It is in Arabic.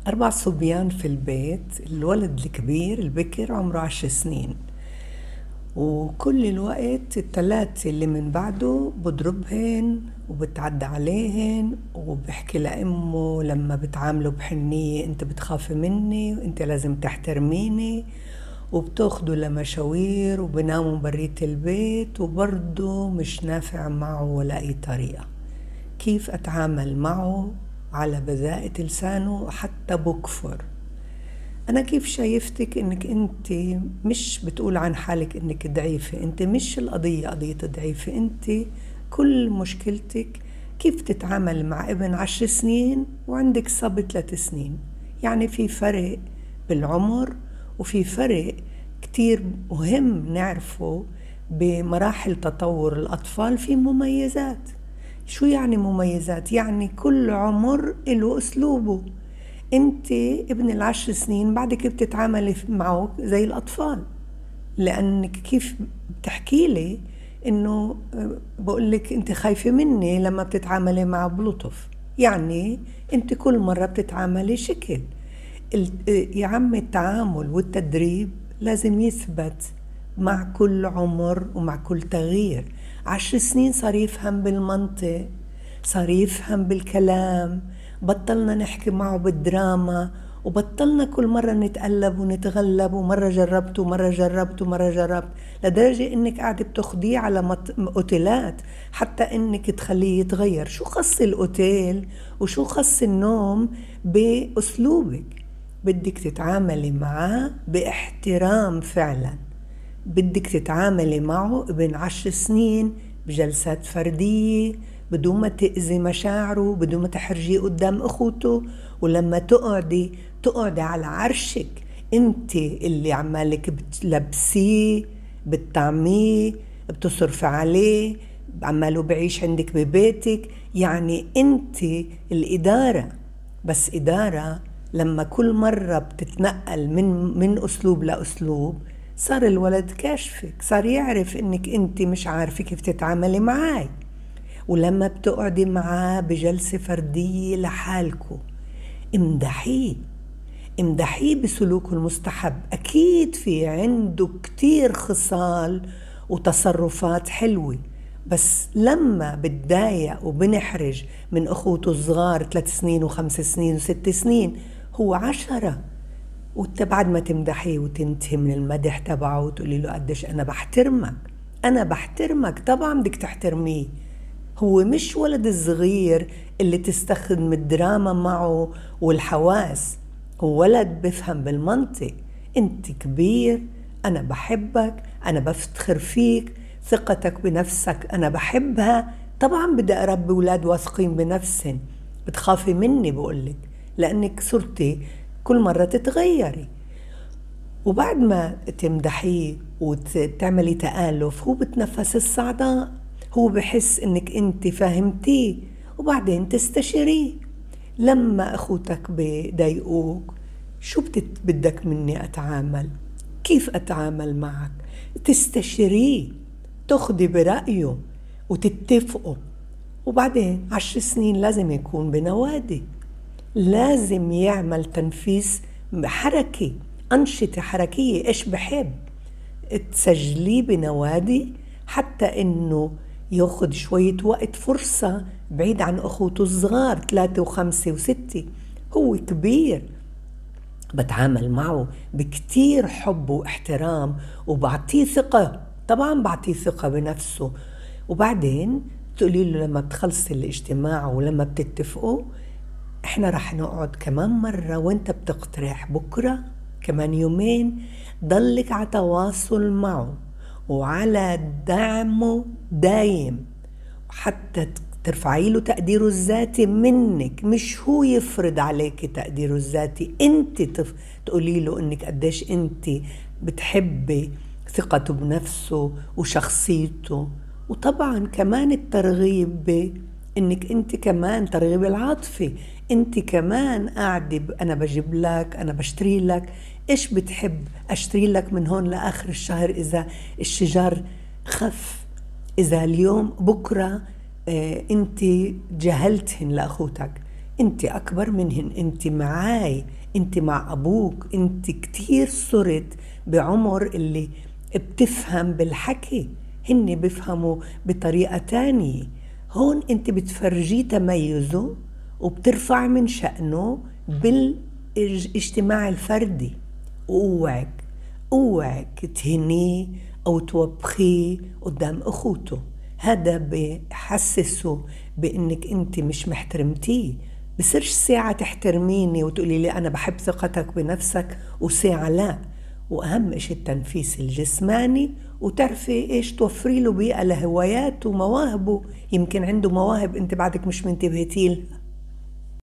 4 صبيان في البيت. الولد الكبير البكر عمره 10 سنين، وكل الوقت الثلاثة اللي من بعده بضربهن وبتعدى عليهن وبحكي لأمه لما بتعامله بحنية انت بتخافي مني وانت لازم تحترميني، وبتاخده لمشاوير وبناموا برية البيت، وبرضه مش نافع معه ولا أي طريقة. كيف أتعامل معه على بذاءة لسانه حتى بكفر؟ أنا كيف شايفتك إنك أنت مش بتقول عن حالك إنك ضعيفة، أنت مش القضية قضية ضعيفة، أنت كل مشكلتك كيف تتعامل مع ابن 10 سنين وعندك صبي 3 سنين. يعني في فرق بالعمر، وفي فرق كتير مهم نعرفه بمراحل تطور الأطفال. في مميزات. شو يعني مميزات؟ يعني كل عمر له أسلوبه. انت ابن 10 سنين بعدك بتتعاملي معه زي الأطفال، لأنك كيف بتحكي لي إنه بقولك أنت خايفة مني لما بتتعاملي معه بلطف، يعني أنت كل مرة بتتعاملي شكل. يا عم التعامل والتدريب لازم يثبت مع كل عمر ومع كل تغيير. 10 سنين صار يفهم بالمنطق، صار يفهم بالكلام، بطلنا نحكي معه بالدراما، وبطلنا كل مرة نتقلب ونتغلب، ومرة جربت ومرة جربت ومرة جربت، لدرجة انك قاعدة بتاخديه على اوتيلات حتى انك تخليه يتغير. شو خص الاوتيل وشو خص النوم باسلوبك؟ بدك تتعاملي معاه باحترام فعلا. بدك تتعاملي معه ابن 10 سنين بجلسات فردية بدون ما تأذي مشاعره، بدون ما تحرجيه قدام أخوته. ولما تقعدي على عرشك انت اللي عمالك بتلبسيه، بتطعميه، بتصرفي عليه، عماله بعيش عندك ببيتك، يعني انت الإدارة. بس إدارة لما كل مرة بتتنقل من أسلوب لأسلوب، صار الولد كاشفك، صار يعرف انك انت مش عارفة كيف تتعاملي معاي. ولما بتقعدي معاه بجلسة فردية لحالكو، امدحيه، امدحيه بسلوكه المستحب. أكيد في عنده كتير خصال وتصرفات حلوة، بس لما بتضايق وبنحرج من أخوته الصغار 3 سنين و5 سنين و6 سنين، هو 10. وانت بعد ما تمدحيه وتنتهي من المدح تبعه وتقولي له قديش أنا بحترمك، أنا بحترمك، طبعا بدك تحترميه. هو مش ولد الصغير اللي تستخدم الدراما معه والحواس، هو ولد بفهم بالمنطق. انت كبير، انا بحبك، انا بفتخر فيك، ثقتك بنفسك انا بحبها. طبعا بدي اربي اولاد واثقين بنفسهم. بتخافي مني بقولك لانك صرتي كل مرة تتغيري. وبعد ما تمدحيه وتعملي تآلف، هو بتنفس الصعداء، هو بحس انك انت فاهمتيه، وبعدين تستشيريه. لما اخوتك بضايقوك، شو بدك مني اتعامل؟ كيف اتعامل معك؟ تستشيريه، تاخدي برأيه وتتفقوا. وبعدين 10 سنين لازم يكون بنوادي، لازم يعمل تنفيذ حركي، أنشطة حركية. إيش بحب تسجليه بنوادي حتى إنه ياخد شوية وقت فرصة بعيد عن أخوته الصغار 3 و5 و6. هو كبير، بتعامل معه بكتير حب واحترام وبعطيه ثقة، طبعا بعطيه ثقة بنفسه. وبعدين تقولي له لما بتخلصي الاجتماع ولما بتتفقوا، احنا رح نقعد كمان مرة وانت بتقترح بكرة كمان يومين. ضلك على تواصل معه وعلى دعمه دايم، حتى ترفعي له تقديره الذاتي منك، مش هو يفرض عليك تقديره الذاتي. انت تقولي له انك قديش انت بتحبي ثقته بنفسه وشخصيته. وطبعا كمان الترغيب انك انت كمان ترغيب العاطفي، انت كمان قاعدة انا بجيب لك، انا بشتري لك، ايش بتحب اشتري لك من هون لاخر الشهر اذا الشجار خف، اذا اليوم بكرة انت جهلتهن لاخوتك، انت اكبر منهن، انت معاي، انت مع ابوك، انت كتير صرت بعمر اللي بتفهم بالحكي، هن بيفهموا بطريقة تانية. هون انت بتفرجيه تميزه وبترفع من شأنه بالاجتماع الفردي. اوعك تهنيه او توبخيه قدام اخوته، هذا بحسسه بانك انت مش محترمتيه. بصيرش ساعة تحترميني وتقولي لي انا بحب ثقتك بنفسك وساعة لا. واهم اشي التنفيس الجسماني، وتعرفي ايش توفري له بيئة لهواياته ومواهبه، يمكن عنده مواهب انت بعدك مش منتبهتي لها.